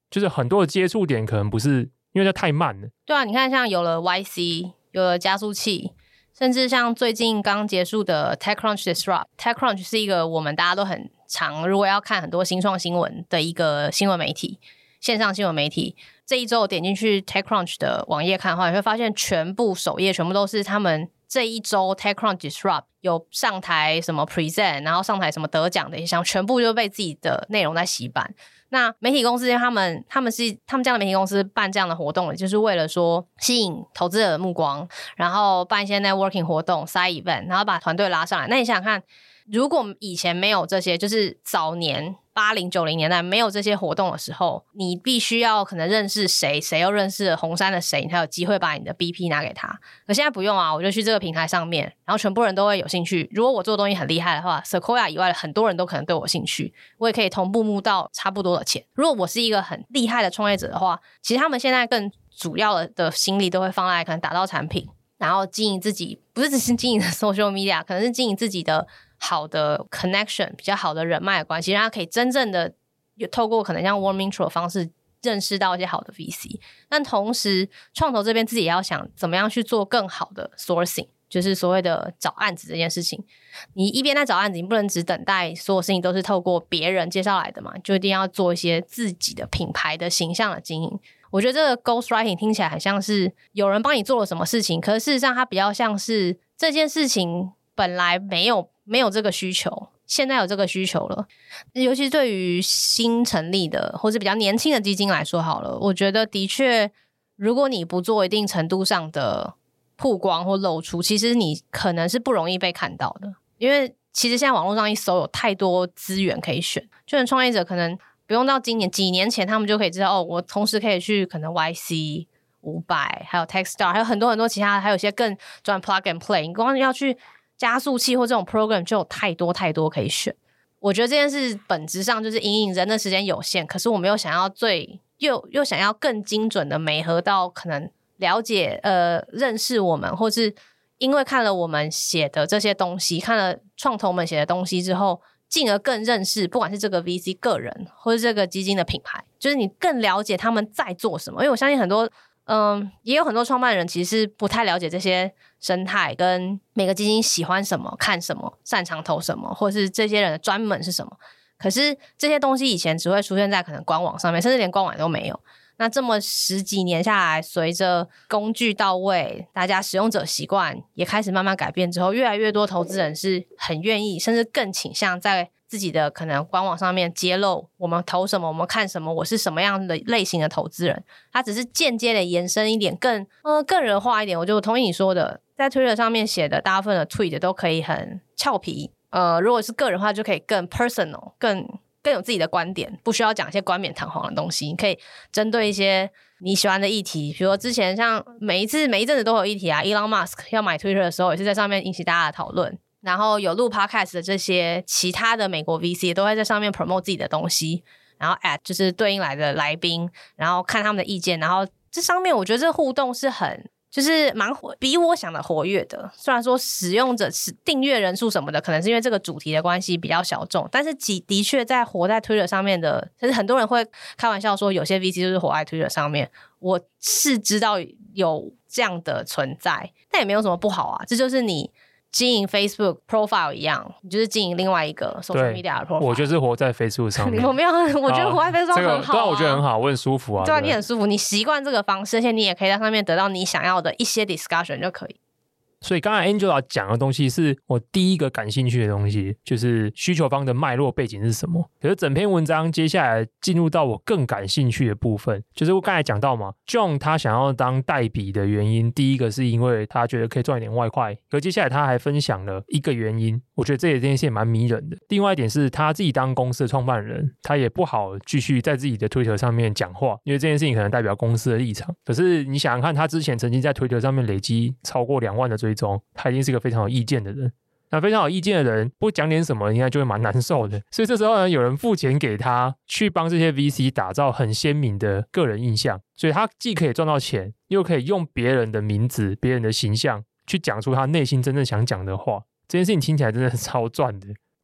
就是很多的接触点可能不是因为它太慢了。 对啊，你看像有了 YC， 有了加速器，甚至像最近刚结束的 TechCrunch Disrupt。TechCrunch 是一个我们大家都很常如果要看很多新创新闻的一个新闻媒体，线上新闻媒体。这一周点进去 TechCrunch 的网页看的话，你会发现全部首页全部都是他们这一周 TechCrunch Disrupt 有上台什么 present， 然后上台什么得奖的一项，全部就被自己的内容在洗版。那媒体公司他们这样的媒体公司办这样的活动，就是为了说吸引投资者的目光，然后办一些 networking 活动 side event， 然后把团队拉上来。那你想想看，如果以前没有这些，就是早年80、90年代没有这些活动的时候，你必须要可能认识谁，谁又认识了红杉的谁，你才有机会把你的 BP 拿给他。可现在不用啊，我就去这个平台上面，然后全部人都会有兴趣。如果我做的东西很厉害的话， Sequoia 以外的很多人都可能对我兴趣，我也可以同步募到差不多的钱。如果我是一个很厉害的创业者的话，其实他们现在更主要的心力都会放在可能打造产品，然后经营自己，不是只是经营的 social media， 可能是经营自己的好的 connection， 比较好的人脉的关系，让他可以真正的透过可能像 warm intro 的方式认识到一些好的 VC。 但同时创投这边自己也要想怎么样去做更好的 sourcing， 就是所谓的找案子这件事情。你一边在找案子，你不能只等待所有事情都是透过别人介绍来的嘛，就一定要做一些自己的品牌的形象的经营。我觉得这个 ghostwriting 听起来很像是有人帮你做了什么事情，可是事实上它比较像是这件事情本来没有这个需求，现在有这个需求了。尤其对于新成立的或是比较年轻的基金来说好了，我觉得的确如果你不做一定程度上的曝光或露出，其实你可能是不容易被看到的。因为其实现在网络上一搜有太多资源可以选，就创业者可能不用到今年，几年前他们就可以知道，我同时可以去可能 YC 500还有 Techstar 还有很多很多其他的，还有一些更专 plug and play， 你光要去加速器或这种 program 就有太多太多可以选。我觉得这件事本质上就是因应人的时间有限，可是我们又想要又想要更精准的媒合到可能了解认识我们，或是因为看了我们写的这些东西，看了创投们写的东西之后，进而更认识不管是这个 VC 个人或是这个基金的品牌，就是你更了解他们在做什么。因为我相信很多也有很多创办人其实是不太了解这些生态跟每个基金喜欢什么看什么擅长投什么，或是这些人的专门是什么。可是这些东西以前只会出现在可能官网上面，甚至连官网都没有。那这么10几年下来，随着工具到位，大家使用者习惯也开始慢慢改变之后，越来越多投资人是很愿意甚至更倾向在自己的可能官网上面揭露我们投什么，我们看什么，我是什么样的类型的投资人。它只是间接的延伸一点，更人化一点。我就同意你说的，在 Twitter 上面写的大部分的 tweet 都可以很俏皮，如果是个人化就可以更 personal， 更有自己的观点，不需要讲一些冠冕堂皇的东西。你可以针对一些你喜欢的议题，比如说之前像每一阵子都有议题啊 Elon Musk 要买 Twitter 的时候也是在上面引起大家的讨论，然后有录 podcast 的这些其他的美国 VC 都会在上面 promote 自己的东西，然后 at 就是对应来的来宾，然后看他们的意见，然后这上面我觉得这互动是很就是比我想的活跃的。虽然说使用者订阅人数什么的可能是因为这个主题的关系比较小众，但是的确在活在 Twitter 上面的，其实很多人会开玩笑说有些 VC 就是活在 Twitter 上面，我是知道有这样的存在，但也没有什么不好啊。这就是你经营 Facebook profile 一样，你就是经营另外一个 social media 的 profile。 我就是活在 Facebook 上面。 我没有，我觉得活在 Facebook 上很好啊。 对啊，我觉得很好，我很舒服啊。 对啊，你很舒服，你习惯这个方式，而且你也可以在上面得到你想要的一些 discussion 就可以。 所以刚才 Angela 讲的东西是我第一个感兴趣的东西，就是需求方的脉络背景是什么。可是整篇文章接下来进入到我更感兴趣的部分，就是我刚才讲到嘛， John 他想要当代笔的原因，第一个是因为他觉得可以赚一点外快，可接下来他还分享了一个原因，我觉得这件事也蛮迷人的。另外一点是他自己当公司的创办人，他也不好继续在自己的 Twitter 上面讲话，因为这件事情可能代表公司的立场。可是你想想看，他之前曾经在 Twitter 上面累积超过2万的追踪，他一定是一个非常有意见的人。那非常有意见的人不讲点什么应该就会蛮难受的，所以这时候呢，有人付钱给他去帮这些 VC 打造很鲜明的个人印象，所以他既可以赚到钱，又可以用别人的名字别人的形象去讲出他内心真正想讲的话。这件事情听起来真的是超赚的，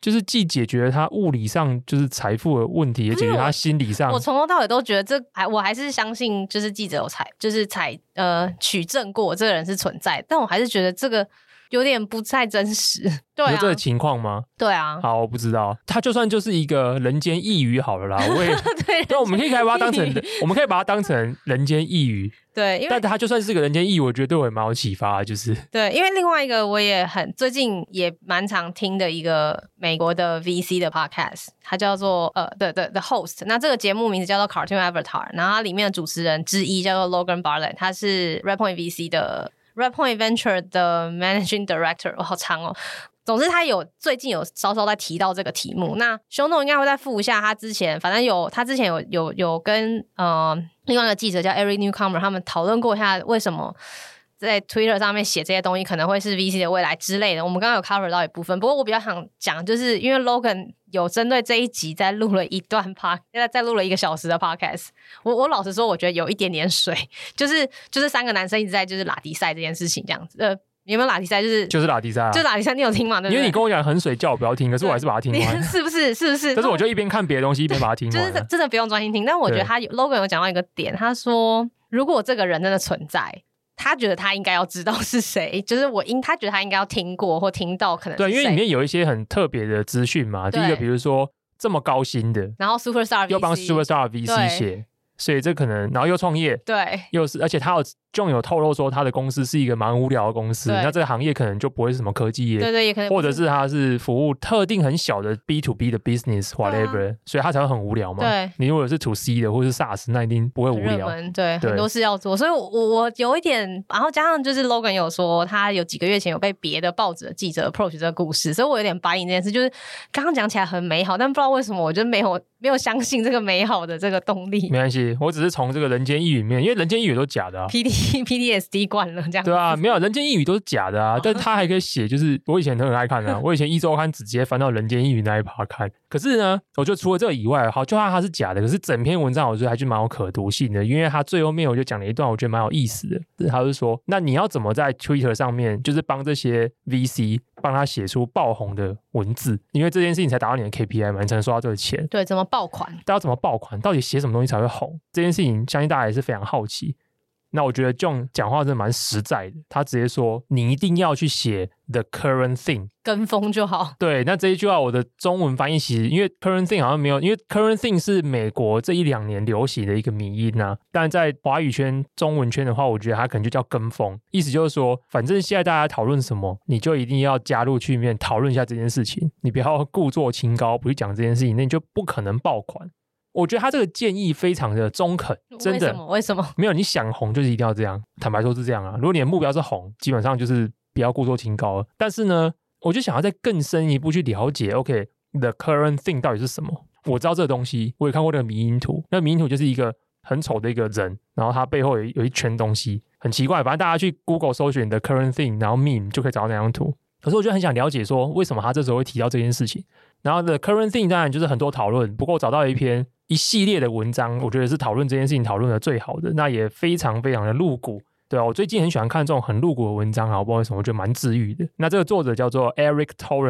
就是既解决了他物理上就是财富的问题，也解决他心理上。 我从头到尾都觉得我还是相信，就是记者有取证过这个人是存在，但我还是觉得这个有点不太真实。对啊， 有这个情况吗？ 对啊， 好，我不知道。他就算就是一个人间异语好了啦，我也对，我们可以把它当成人间异语。 对，因为但他就算是个人间异语，我觉得对我也蛮有启发的，就是对，因为另外一个我也最近也蛮常听的一个美国的 VC 的 podcast， 它叫做The Host。那这个节目名字叫做 Cartoon Avatar， 然后它里面的主持人之一叫做 Logan Bartlett， 他是 Redpoint VC 的 Redpoint Venture 的 Managing Director， 好长哦。总之他最近有稍稍在提到这个题目，那修诺应该会再附一下他之前，反正他之前有跟另外一个记者叫 Eric Newcomer 他们讨论过一下为什么在 Twitter 上面写这些东西可能会是 VC 的未来之类的，我们刚刚有 cover 到一部分。不过我比较想讲，就是因为 Logan 有针对这一集再录了一段再录了1个小时的 podcast， 我老实说我觉得有一点点水，就是3个男生一直在就是拉迪赛这件事情这样子。有没有拉迪赛？就是拉迪赛啊，就是拉迪赛，你有听吗？对不对？ 因为你跟我讲很水，叫我不要听，可是我还是把它听完。 是不是？但是我就一边看别的东西一边把它听完。 就是真的不用专心听。但我觉得Logan 有讲到一个点，他说如果这个人真的存在，他觉得他应该要知道是谁，就是他觉得他应该要听过或听到可能是谁。 对，因为里面有一些很特别的资讯嘛。第一个，比如说这么高薪的， 然后 Superstar VC 又帮 Superstar VC 写，所以这可能，然后又创业， 对， 又是，而且他John 有透露说他的公司是一个蛮无聊的公司，那这个行业可能就不会是什么科技业， 对，也可能，或者是他是服务特定很小的 B2B 的 business whatever，所以他才会很无聊嘛。对，你如果是 to C 的或是 SaaS， 那一定不会无聊。 对，很多事要做，所以我有一点，然后加上就是 Logan 有说他有几个月前有被别的报纸的记者 approach 这个故事，所以我有点buy in这件事，就是刚刚讲起来很美好，但不知道为什么我就没有相信这个美好的这个动力。 没关系，我只是从这个人间异语里面，因为人间异语都假的啊。 PTSD 惯了这样子。 对啊，没有人间异语都是假的啊，但他还可以写，就是我以前都很爱看啊，我以前1周刊直接翻到人间异语那一趴看。可是呢，我觉得除了这个以外，好，就算它是假的，可是整篇文章我觉得还是蛮有可读性的，因为他最后面我就讲了一段我觉得蛮有意思的，他就说，那你要怎么在 Twitter 上面就是帮这些 VC 帮他写出爆红的文字，因为这件事情才达到你的 KPI 嘛，你才能收到这个钱。 对，怎么爆款？ 大家怎么爆款？到底写什么东西才会红？这件事情相信大家也是非常好奇。那我觉得 John 讲话真的蛮实在的，他直接说你一定要去写 the current thing， 跟风就好。 对，那这一句话我的中文翻译其实因为 current thing 好像没有，因为 current thing 是美国这1-2年流行的一个迷因啊，但在华语圈中文圈的话，我觉得它可能就叫跟风，意思就是说反正现在大家讨论什么，你就一定要加入去里面讨论一下这件事情，你不要故作清高不去讲这件事情，那你就不可能爆款。我觉得他这个建议非常的中肯，真的。 为什么？ 没有，你想红就是一定要这样。坦白说是这样啊。如果你的目标是红，基本上就是不要故作清高了。但是呢，我就想要再更深一步去了解 ，OK， the current thing 到底是什么？我知道这个东西，我也看过那个迷因图。那迷因图就是一个很丑的一个人，然后他背后有一圈东西，很奇怪。反正大家去 Google 搜寻 the current thing， 然后 meme 就可以找到那张图。可是我就很想了解说，为什么他这时候会提到这件事情？然后 the current thing 当然就是很多讨论，不过我找到一系列的文章，我觉得是讨论这件事情讨论的最好的，那也非常非常的露骨。对啊，我最近很喜欢看这种很露骨的文章啊，我不知道为什么，我觉得蛮治愈的。那这个作者叫做 Eric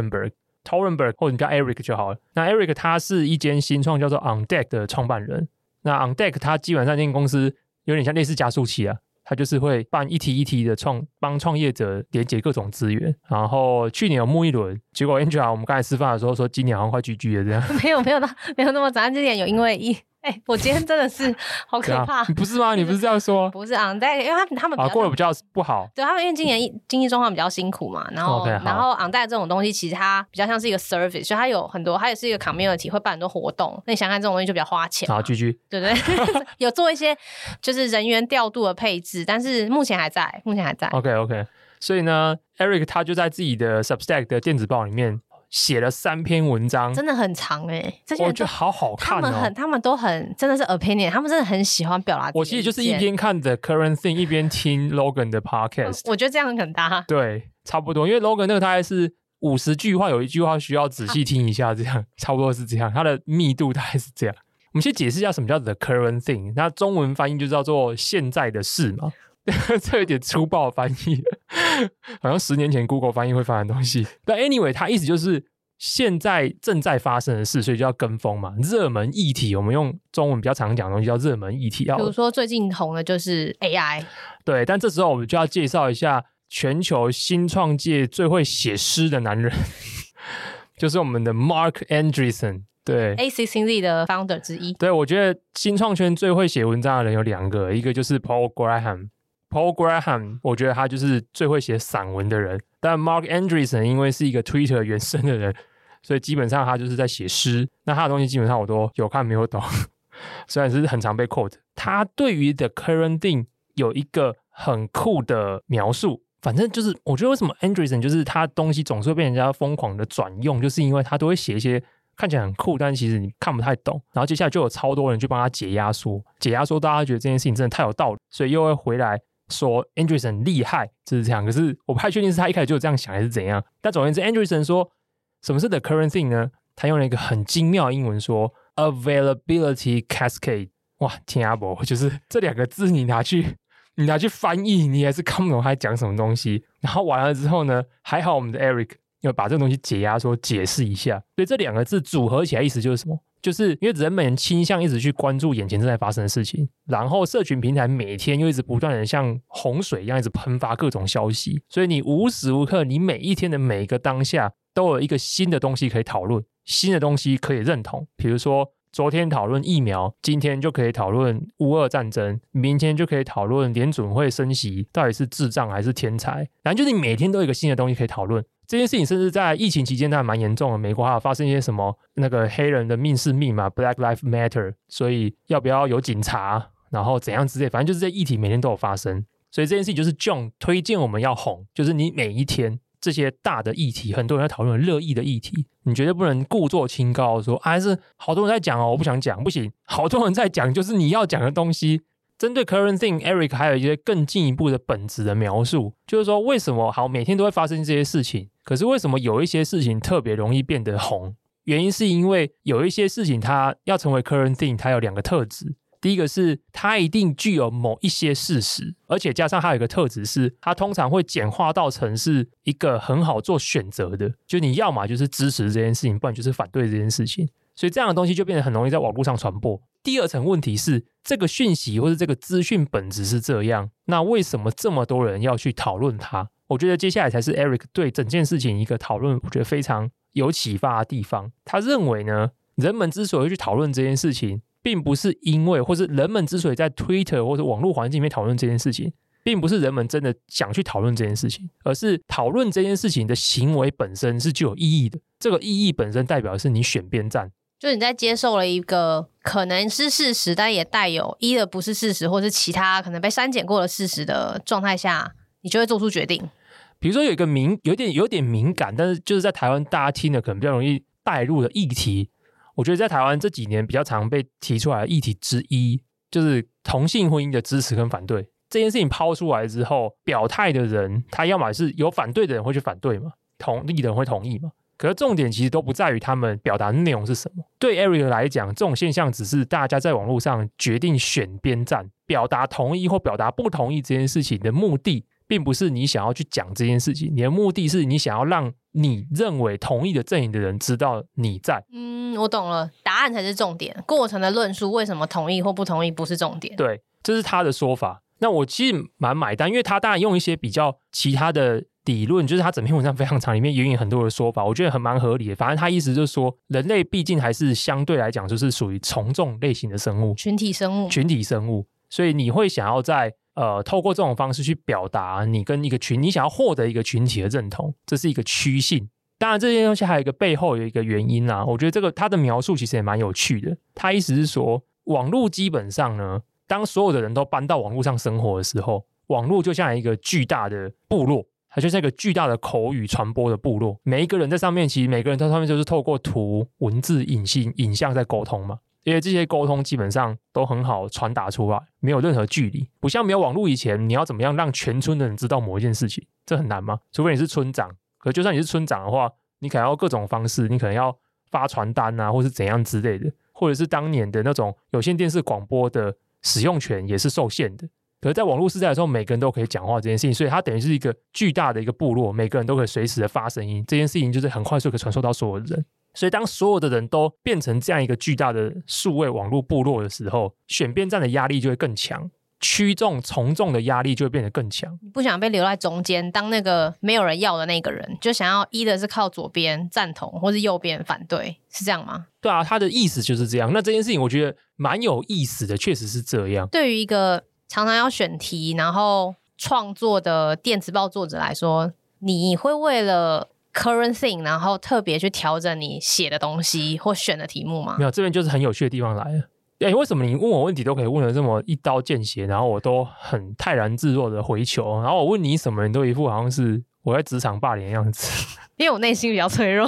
Torenberg 或者你叫 Eric 就好了。那 Eric 他是一间新创叫做 On Deck 的创办人。那 On Deck 他基本上这间公司有点像类似加速器啊，他就是会办一题一题的帮创业者连接各种资源。然后去年有募一轮，结果 Angela 我们刚才吃饭的时候说今年好像快 GG 了这样。 没有那么早，今年有因为我今天真的是好可怕。 你不是吗？你不是这样说？ 不是On Deck，因为他们过得比较不好。 对，他们因为今年经济状况比较辛苦嘛，然后 On Deck 这种东西其实它比较像是一个 service， 所以它有很多，它也是一个 community， 会办很多活动。那你想看这种东西就比较花钱。 好，GG， 对不对？有做一些就是人员调度的配置，但是目前还在。 OK， 所以呢 ，Eric 他就在自己的 Substack 的电子报里面写了3篇文章， 真的很长这些人我觉得好好看哦。 他们都很真的是 opinion， 他们真的很喜欢表达自己的意见。 我其实就是一边看The Current Thing， 一边听 Logan 的 podcast。 我觉得这样很搭。 对，差不多，因为 Logan 那个大概是50句话，有一句话需要仔细听一下，这样差不多是这样，它的密度大概是这样。我们先解释一下什么叫 The Current Thing， 那中文翻译就叫做现在的事嘛。这有点粗暴的翻译，好像10年前 Google 翻译会翻的东西。但 anyway， 它意思就是现在正在发生的事，所以就要跟风嘛。热门议题，我们用中文比较常讲的东西叫热门议题。 比如说最近红的就是 AI， 对，但这时候我们就要介绍一下全球新创界最会写诗的男人，就是我们的 Mark Andreessen。对 A16Z 的 founder 之一。 对，我觉得新创圈最会写文章的人有2个，一个就是 Paul Graham。Paul Graham 我觉得他就是最会写散文的人，但 Mark Andreessen 因为是一个 Twitter 原生的人，所以基本上他就是在写诗，那他的东西基本上我都有看没有懂，虽然是很常被 quote。 他对于 The Current Thing 有一个很酷的描述，反正就是我觉得为什么 Andreessen 就是他东西总是会被人家疯狂的转用，就是因为他都会写一些看起来很酷但其实你看不太懂，然后接下来就有超多人去帮他解压缩，大家觉得这件事情真的太有道理，所以又会回来说 Andreessen 厉害，就是这样。可是我不太确定是他一开始就有这样想还是怎样。但总而言之 Andreessen 说什么是 The Current Thing 呢？他用了一个很精妙的英文说 Availability Cascade。 哇，天啊不，就是这2个字你拿去翻译你还是看不懂他在讲什么东西。然后完了之后呢，还好我们的 Eric 要把这个东西解压缩解释一下。所以这2个字组合起来意思就是什么？就是因为人们倾向一直去关注眼前正在发生的事情，然后社群平台每天又一直不断的像洪水一样一直喷发各种消息，所以你无时无刻你每一天的每一个当下都有一个新的东西可以讨论，新的东西可以认同。比如说昨天讨论疫苗，今天就可以讨论乌俄战争，明天就可以讨论联准会升息到底是智障还是天才，然后就是你每天都有一个新的东西可以讨论。这件事情甚至在疫情期间当然蛮严重的，美国还有发生一些什么那个黑人的命是命嘛 Black Lives Matter， 所以要不要有警察然后怎样之类，反正就是这议题每天都有发生。所以这件事情就是 John 推荐我们要红，就是你每一天这些大的议题，很多人在讨论热议的议题，你绝对不能故作清高说还是好多人在讲哦，我不想讲，不行，好多人在讲就是你要讲的东西。针对 Current Thing Eric 还有一些更进一步的本质的描述，就是说为什么好每天都会发生这些事情，可是为什么有一些事情特别容易变得红？原因是因为有一些事情它要成为 Current Thing 它有2个特质，第一个是它一定具有某一些事实，而且加上它有一个特质是它通常会简化到成是一个很好做选择的，就你要嘛就是支持这件事情，不然就是反对这件事情，所以这样的东西就变得很容易在网络上传播。第2层问题是这个讯息或者这个资讯本质是这样，那为什么这么多人要去讨论它？我觉得接下来才是 Eric 对整件事情一个讨论我觉得非常有启发的地方。他认为呢，人们之所以去讨论这件事情，并不是因为，或是人们之所以在 Twitter 或者网络环境里面讨论这件事情，并不是人们真的想去讨论这件事情，而是讨论这件事情的行为本身是具有意义的。这个意义本身代表的是你选边站， 就你在接受了一个可能是事实但也带有一的不是事实或是其他可能被删减过的事实的状态下，你就会做出决定。 比如说有一个有点敏感，但是就是在台湾大家听的可能比较容易带入的议题，我觉得在台湾这几年比较常被提出来的议题之一，就是同性婚姻的支持跟反对。这件事情抛出来之后，表态的人他要么是有反对的人会去反对嘛，同意的人会同意嘛，可是重点其实都不在于他们表达的内容是什么。对 Eric 来讲，这种现象只是大家在网络上决定选边站，表达同意或表达不同意这件事情的目的，并不是你想要去讲这件事情，你的目的是你想要让你认为同意的阵营的人知道你在。 我懂了，答案才是重点，过程的论述为什么同意或不同意不是重点。 对，这是他的说法。那我其实蛮买单，因为他当然用一些比较其他的理论，就是他整篇文章非常长，里面也有很多的说法，我觉得很蛮合理的。反正他意思就是说，人类毕竟还是相对来讲就是属于从众类型的生物，群体生物，所以你会想要在透过这种方式去表达你跟一个你想要获得一个群体的认同，这是一个趋性。当然这些东西还有一个背后有一个原因啊，我觉得这个他的描述其实也蛮有趣的。他意思是说，网络基本上呢，当所有的人都搬到网络上生活的时候，网络就像一个巨大的部落，它就像一个巨大的口语传播的部落，每一个人在上面，其实每个人在上面就是透过图、文字、影像在沟通嘛，因为这些沟通基本上都很好传达出来，没有任何距离，不像没有网络以前，你要怎么样让全村的人知道某一件事情，这很难吗？除非你是村长，可就算你是村长的话，你可能要各种方式，你可能要发传单啊，或是怎样之类的，或者是当年的那种有线电视广播的使用权也是受限的。 可是在网络时代的时候，每个人都可以讲话这件事情，所以它等于是一个巨大的一个部落，每个人都可以随时的发声音，这件事情就是很快速可以传授到所有的人。所以当所有的人都变成这样一个巨大的数位网络部落的时候，选边站的压力就会更强，趋众从众的压力就会变得更强。 不想被留在中间当那个没有人要的那个人，就想要一的是靠左边赞同或是右边反对，是这样吗？ 对啊，他的意思就是这样。那这件事情我觉得蛮有意思的，确实是这样。 对于一个常常要选题然后创作的电子报作者来说，你会为了 current thing 然后特别去调整你写的东西或选的题目吗？ 没有，这边就是很有趣的地方来了。为什么你问我问题都可以问得这么一刀见血，然后我都很泰然自若的回球，然后我问你什么你都一副好像是我在职场霸凌的样子。 因为我内心比较脆弱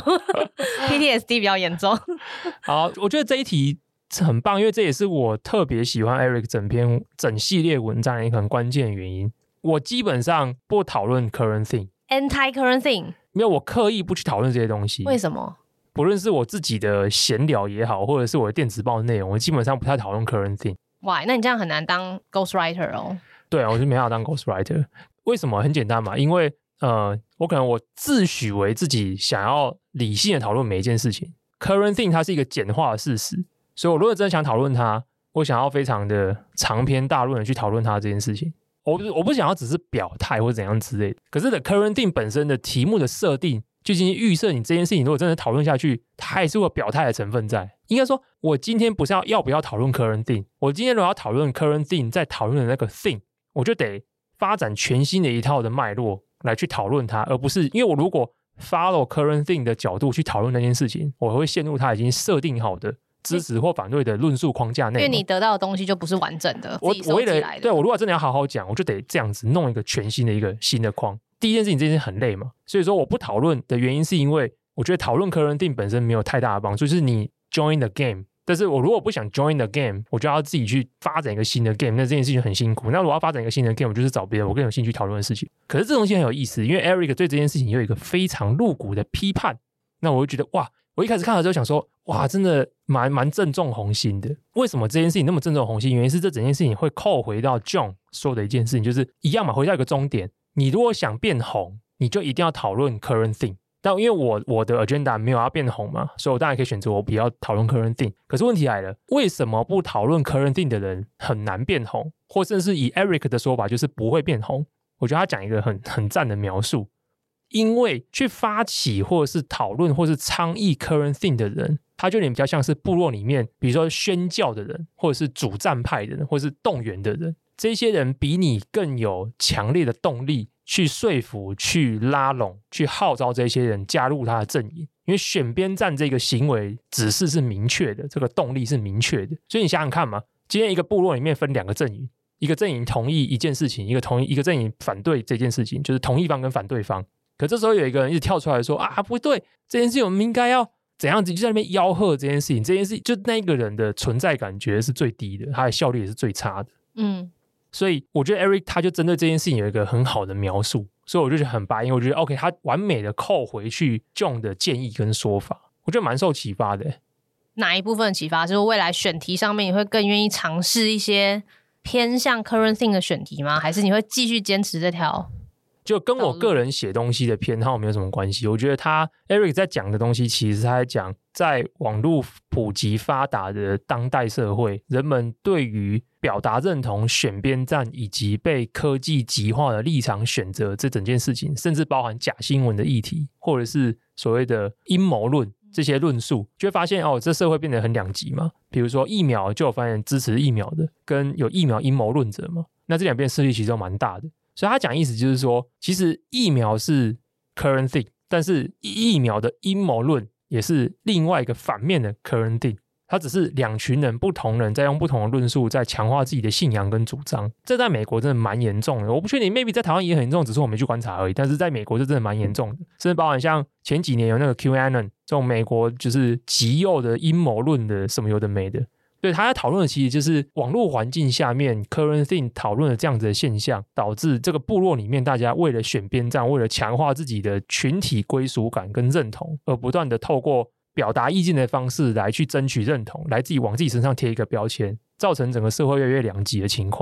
PTSD 比较严重。 好，我觉得这一题很棒，因为这也是我特别喜欢 Eric 整系列文章的一个很关键的原因。我基本上不讨论 current thing anti current thing， 没有，我刻意不去讨论这些东西。 为什么？ 不论是我自己的闲聊也好，或者是我的电子报的内容，我基本上不太讨论 current thing。 Why？ 那你这样很难当 ghostwriter 哦。 对啊，我就没办法当 ghostwriter。 为什么？很简单嘛，因为我可能我自诩为自己想要理性的讨论每一件事情， current thing 它是一个简化的事实，所以我如果真的想讨论它，我想要非常的长篇大论的去讨论它这件事情，我不想要只是表态或怎样之类的。可是 the current thing 本身的题目的设定就已经预设你这件事情如果真的讨论下去，它还是会有表态的成分在。应该说我今天不是要不要讨论 current thing， 我今天如果要讨论 current thing 在讨论的那个 thing， 我就得发展全新的一套的脉络来去讨论它，而不是因为我如果 follow current thing 的角度去讨论那件事情，我会陷入它已经设定好的支持或反对的论述框架内， 因为你得到的东西就不是完整的，自己收集来的。 对，我如果真的要好好讲，我就得这样子弄一个全新的一个新的框。第一件事情，这件事情很累嘛，所以说我不讨论的原因是因为我觉得讨论 current thing 本身没有太大的帮助，就是你 join the game， 但是我如果不想 join the game， 我就要自己去发展一个新的 game， 那这件事情很辛苦。那如果要发展一个新的 game， 我就是找别人我更有兴趣讨论的事情。可是这东西很有意思，因为 Eric 对这件事情有一个非常露骨的批判，那我就觉得哇，我一开始看了之后想说哇，真的蛮正中红心的。为什么这件事情那么正中红心？原因是这整件事情会扣回到 John 说的一件事情，就是一样嘛，回到一个终点，你如果想变红，你就一定要讨论 current thing。但因为我的 agenda 没有要变红嘛，所以我当然可以选择我不要讨论 current thing。可是问题来了，为什么不讨论 current thing 的人很难变红，或甚至以 Eric 的说法就是不会变红？我觉得他讲一个很赞的描述，因为去发起或者是讨论或是倡议 current thing 的人，他就有点比较像是部落里面比如说宣教的人，或者是主战派的人，或者是动员的人。这些人比你更有强烈的动力去说服、去拉拢、去号召这些人加入他的阵营，因为选边站这个行为指示是明确的，这个动力是明确的。所以你想想看嘛，今天一个部落里面分两个阵营，一个阵营同意一件事情，一个阵营反对这件事情，就是同意方跟反对方。可这时候有一个人一直跳出来说啊，不对，这件事情我们应该要怎样子，就在那边吆喝这件事情，这件事情就那个人的存在感觉是最低的，他的效率也是最差的。所以我觉得 Eric 他就针对这件事情有一个很好的描述，所以我就觉得很白，因为我觉得 OK， 他完美的扣回去 John 的建议跟说法，我觉得蛮受启发的。 哪一部分启发？就是未来选题上面你会更愿意尝试一些偏向 current thing 的选题吗？还是你会继续坚持这条？ 就跟我个人写东西的偏好没有什么关系。我觉得他 Eric 在讲的东西，其实他在讲在网络普及发达的当代社会，人们对于表达认同、选边站以及被科技极化的立场选择这整件事情，甚至包含假新闻的议题，或者是所谓的阴谋论这些论述，就会发现这社会变得很两极嘛。比如说疫苗，就有发现支持疫苗的跟有疫苗阴谋论者嘛，那这两边势力其实都蛮大的。所以他讲意思就是说，其实疫苗是 current thing， 但是疫苗的阴谋论也是另外一个反面的 current thing。它只是两群人不同人在用不同的论述在强化自己的信仰跟主张，这在美国真的蛮严重的。我不确定 maybe 在台湾也很严重，只是我没去观察而已，但是在美国这真的蛮严重的。甚至包含像前几年有那个 QAnon 这种美国就是极右的阴谋论的什么有的没的。对，他在讨论的其实就是网络环境下面 current thing 讨论的这样子的现象，导致这个部落里面大家为了选边站，为了强化自己的群体归属感跟认同，而不断的透过表达意见的方式来去争取认同，来自己往自己身上贴一个标签，造成整个社会越来越两极的情况。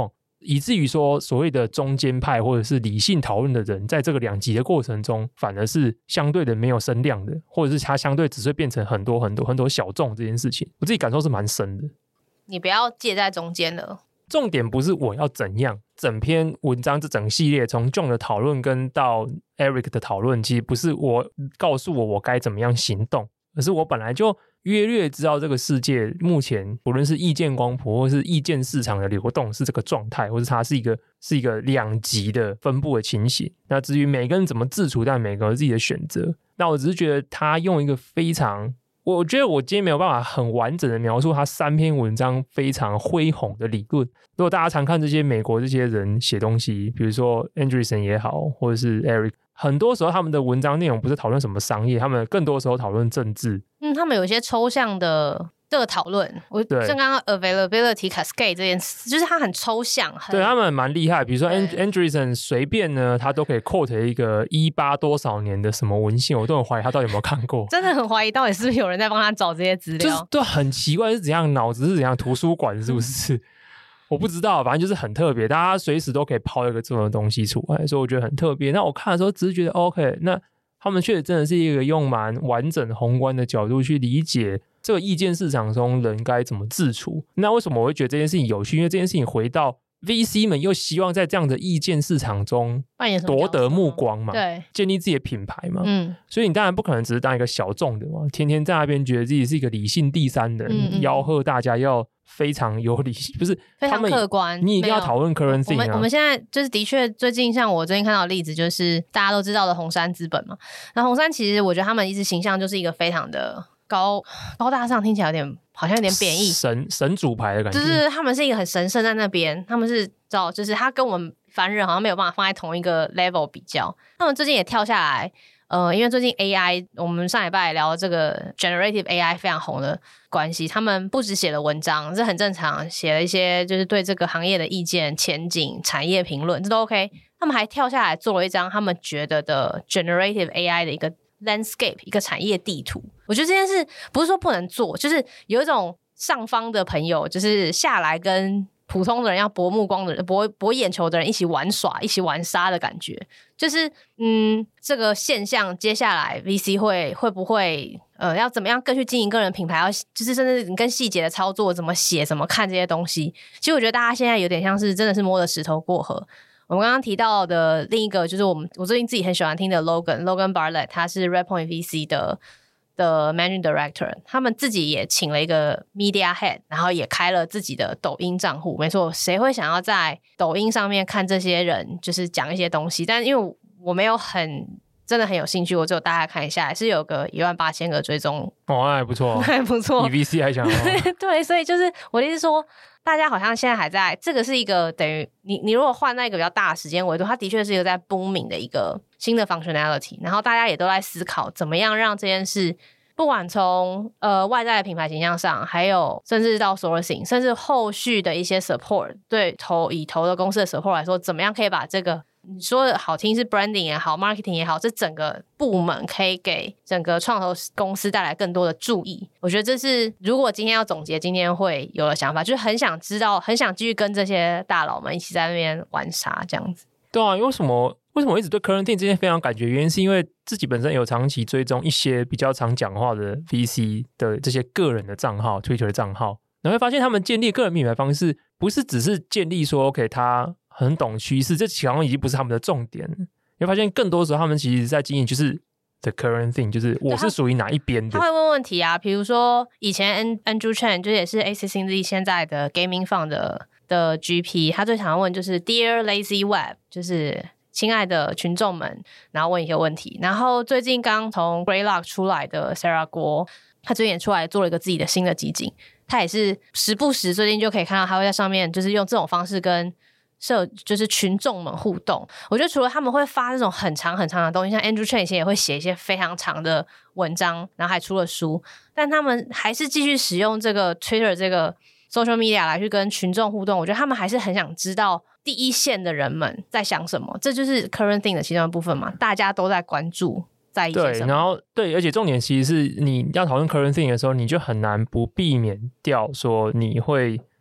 以至于说所谓的中间派或者是理性讨论的人，在这个两极的过程中，反而是相对的没有声量的，或者是他相对只会变成很多很多很多小众这件事情，我自己感受是蛮深的。 你不要介在中间了。 重点不是我要怎样，整篇文章这整系列从 John 的讨论跟到 Eric 的讨论，其实不是我告诉我该怎么样行动，而是我本来就约略知道这个世界目前不论是意见光谱或是意见市场的流动是这个状态，或是它是一个两极的分布的情形。那至于每个人怎么自处，但每个人自己的选择。那我只是觉得他用一个非常，我觉得我今天没有办法很完整的描述他3篇文章非常恢宏的理论。如果大家常看这些美国这些人写东西，比如说 Andreessen 也好，或者是 Eric， 很多时候他们的文章内容不是讨论什么商业，他们更多时候讨论政治。 他们有一些抽象的这个讨论，像刚刚 availability cascade 这件事，就是它很抽象， 对，他们蛮厉害。比如说 Andreessen 随便呢，他都可以 quote 一个18多少年的什么文献，我都很怀疑他到底有没有看过。 真的很怀疑到底是不是有人在帮他找这些资料， 就是对，很奇怪是怎样，脑子是怎样，图书馆是不是？我不知道，反正就是很特别，大家随时都可以抛一个这种东西出来，所以我觉得很特别。那我看的时候只是觉得 OK， 那他们确实真的是一个用蛮完整宏观的角度去理解这个意见市场中人该怎么自处。那为什么我会觉得这件事情有趣？因为这件事情回到 VC 们又希望在这样的意见市场中夺得目光嘛， 对， 建立自己的品牌嘛，所以你当然不可能只是当一个小众的嘛，天天在那边觉得自己是一个理性第三人，吆喝大家要非常有理性，不是非常客观， 你一定要讨论 current thing 啊。 我们现在就是的确最近像我最近看到的例子，就是大家都知道的红杉资本嘛。那红杉其实我觉得他们一直形象就是一个非常的高大上，听起来好像有点贬义， 神主牌的感觉， 就是他们是一个很神圣在那边，他们是就是他跟我们凡人好像没有办法放在同一个 level 比较。他们最近也跳下来，因为最近 AI， 我们上礼拜聊这个 generative AI 非常红的关系，他们不只写了文章，这很正常，写了一些就是对这个行业的意见、前景、产业评论，这都 OK。他们还跳下来做了一张他们觉得的 generative AI 的一个 landscape， 一个产业地图。我觉得这件事不是说不能做，就是有一种上方的朋友就是下来跟普通的人要博目光的人、博眼球的人一起玩耍、一起玩沙的感觉，就是这个现象接下来 VC 会不会要怎么样更去经营个人品牌，要就是甚至更细节的操作，怎么写、怎么看这些东西。其实我觉得大家现在有点像是真的是摸着石头过河。我们刚刚提到的另一个就是我最近自己很喜欢听的 Logan Bartlett， 他是 Redpoint VC 的 Managing Director， 他们自己也请了一个 Media Head， 然后也开了自己的抖音账户。没错，谁会想要在抖音上面看这些人就是讲一些东西？但因为我没有真的很有兴趣，我只有大概看一下，是有个18000个追踪哦，那还不错， 还不错， 比 VC 还强对，所以就是我的意思说，大家好像现在还在，这个是一个等于你如果换那个比较大的时间维度，它的确是一个在 booming 的一个新的 functionality， 然后大家也都在思考怎么样让这件事，不管从外在的品牌形象上，还有甚至到 sourcing， 甚至后续的一些 support， 对以投的公司的 support 来说，怎么样可以把这个你说的好听是 branding 也好 marketing 也好，这整个部门可以给整个创投公司带来更多的注意。我觉得这是如果今天要总结今天会有的想法，就是很想知道，很想继续跟这些大佬们一起在那边玩沙这样子。 对啊，为什么我一直对 current thing 这件非常感觉，原因是因为自己本身有长期追踪一些比较常讲话的 VC 的这些个人的账号 Twitter 的账号，然后会发现他们建立个人品牌方式不是只是建立说 OK 他很懂趋势，这好像已经不是他们的重点了。你会发现更多时候他们其实在经营就是 the current thing， 就是我是属于哪一边的。 他会问问题啊，比如说以前 Andrew Chen 就也是 ACCZ 现在的 Gaming Fund 的 GP， 他最常问就是 Dear Lazy Web， 就是亲爱的群众们，然后问一些问题。然后最近刚从 Greylock 出来的 Sarah 郭，他最近也出来做了一个自己的新的基金，他也是时不时最近就可以看到他会在上面就是用这种方式跟就是群众们互动。我觉得除了他们会发这种很长很长的东西，像 Andrew Chen 以前也会写一些非常长的文章，然后还出了书，但他们还是继续使用这个 Twitter 这个 social media 来去跟群众互动。我觉得他们还是很想知道第一线的人们在想什么，这就是 current thing 的其中一部分嘛，大家都在关注在意些什么。 对，然后对，而且重点其实是你要讨论 current thing 的时候，你就很难不避免掉说你会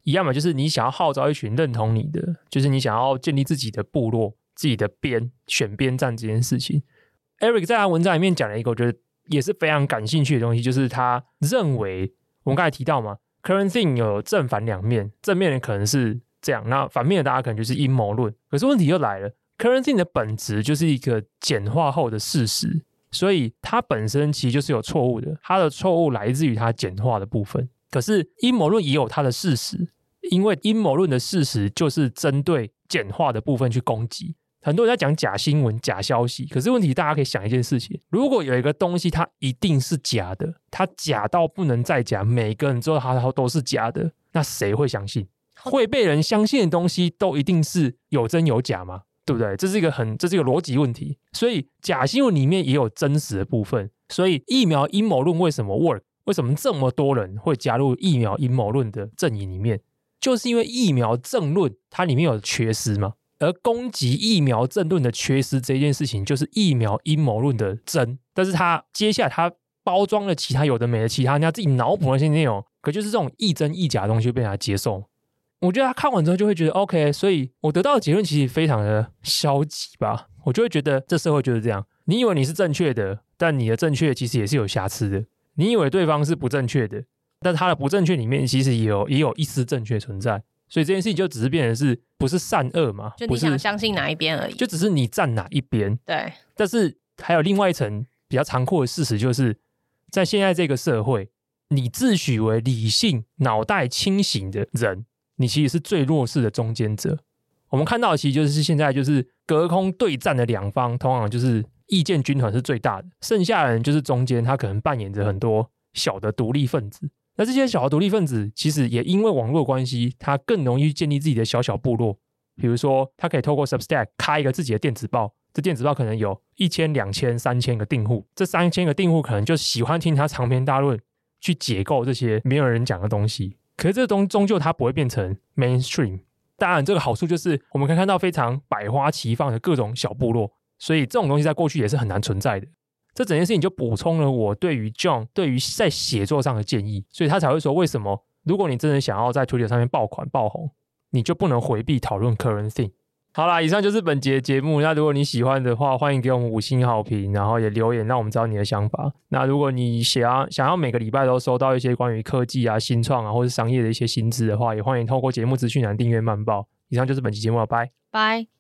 一样嘛，就是你想要号召一群认同你的，就是你想要建立自己的部落、自己的边，选边站这件事情。Eric 在他文章里面讲了一个我觉得也是非常感兴趣的东西，就是他认为我们刚才提到嘛 current thing 有正反两面，正面的可能是这样，那反面的大家可能就是阴谋论。可是问题又来了， current thing 的本质就是一个简化后的事实，所以它本身其实就是有错误的，它的错误来自于它简化的部分。可是阴谋论也有它的事实，因为阴谋论的事实就是针对简化的部分去攻击。很多人在讲假新闻、假消息，可是问题大家可以想一件事情，如果有一个东西它一定是假的，它假到不能再假，每个人知道它都是假的，那谁会相信？会被人相信的东西都一定是有真有假吗？对不对？这是一个逻辑问题。所以假新闻里面也有真实的部分。所以疫苗阴谋论为什么 work？ 为什么这么多人会加入疫苗阴谋论的阵营里面？就是因为疫苗政论它里面有缺失嘛。而攻击疫苗政论的缺失这件事情，就是疫苗阴谋论的真。但是它接下来它包装了其他有的没的其他人家自己脑补那些内容，可就是这种亦真亦假的东西被人家接受。我觉得他看完之后就会觉得 OK， 所以我得到的结论其实非常的消极吧。我就会觉得这社会就是这样，你以为你是正确的，但你的正确其实也是有瑕疵的。你以为对方是不正确的，但他的不正确里面其实也有一丝正确存在。所以这件事情就只是变成是不是善恶嘛？ 就你想相信哪一边而已， 就只是你站哪一边。 对， 但是还有另外一层比较残酷的事实，就是在现在这个社会，你自诩为理性、脑袋清醒的人，你其实是最弱势的中间者。我们看到的其实就是现在就是隔空对战的两方，通常就是意见军团是最大的，剩下的人就是中间，他可能扮演着很多小的独立分子。那这些小的独立分子其实也因为网络关系，他更容易建立自己的小小部落。比如说他可以透过 Substack 开一个自己的电子报，这电子报可能有1000、2000、3000个订户，这3000个订户可能就喜欢听他长篇大论去解构这些没有人讲的东西。可是这东西终究它不会变成 mainstream。当然这个好处就是我们可以看到非常百花齐放的各种小部落，所以这种东西在过去也是很难存在的。这整件事情就补充了我对于 John 对于在写作上的建议，所以他才会说为什么如果你真的想要在 Twitter 上面爆款爆红，你就不能回避讨论 current thing。 好啦，以上就是本节节目。那如果你喜欢的话，欢迎给我们5星好评，然后也留言让我们知道你的想法。那如果你想要每个礼拜都收到一些关于科技啊、新创啊或是商业的一些新知的话，也欢迎透过节目资讯栏订阅慢报。以上就是本期节目了，拜拜。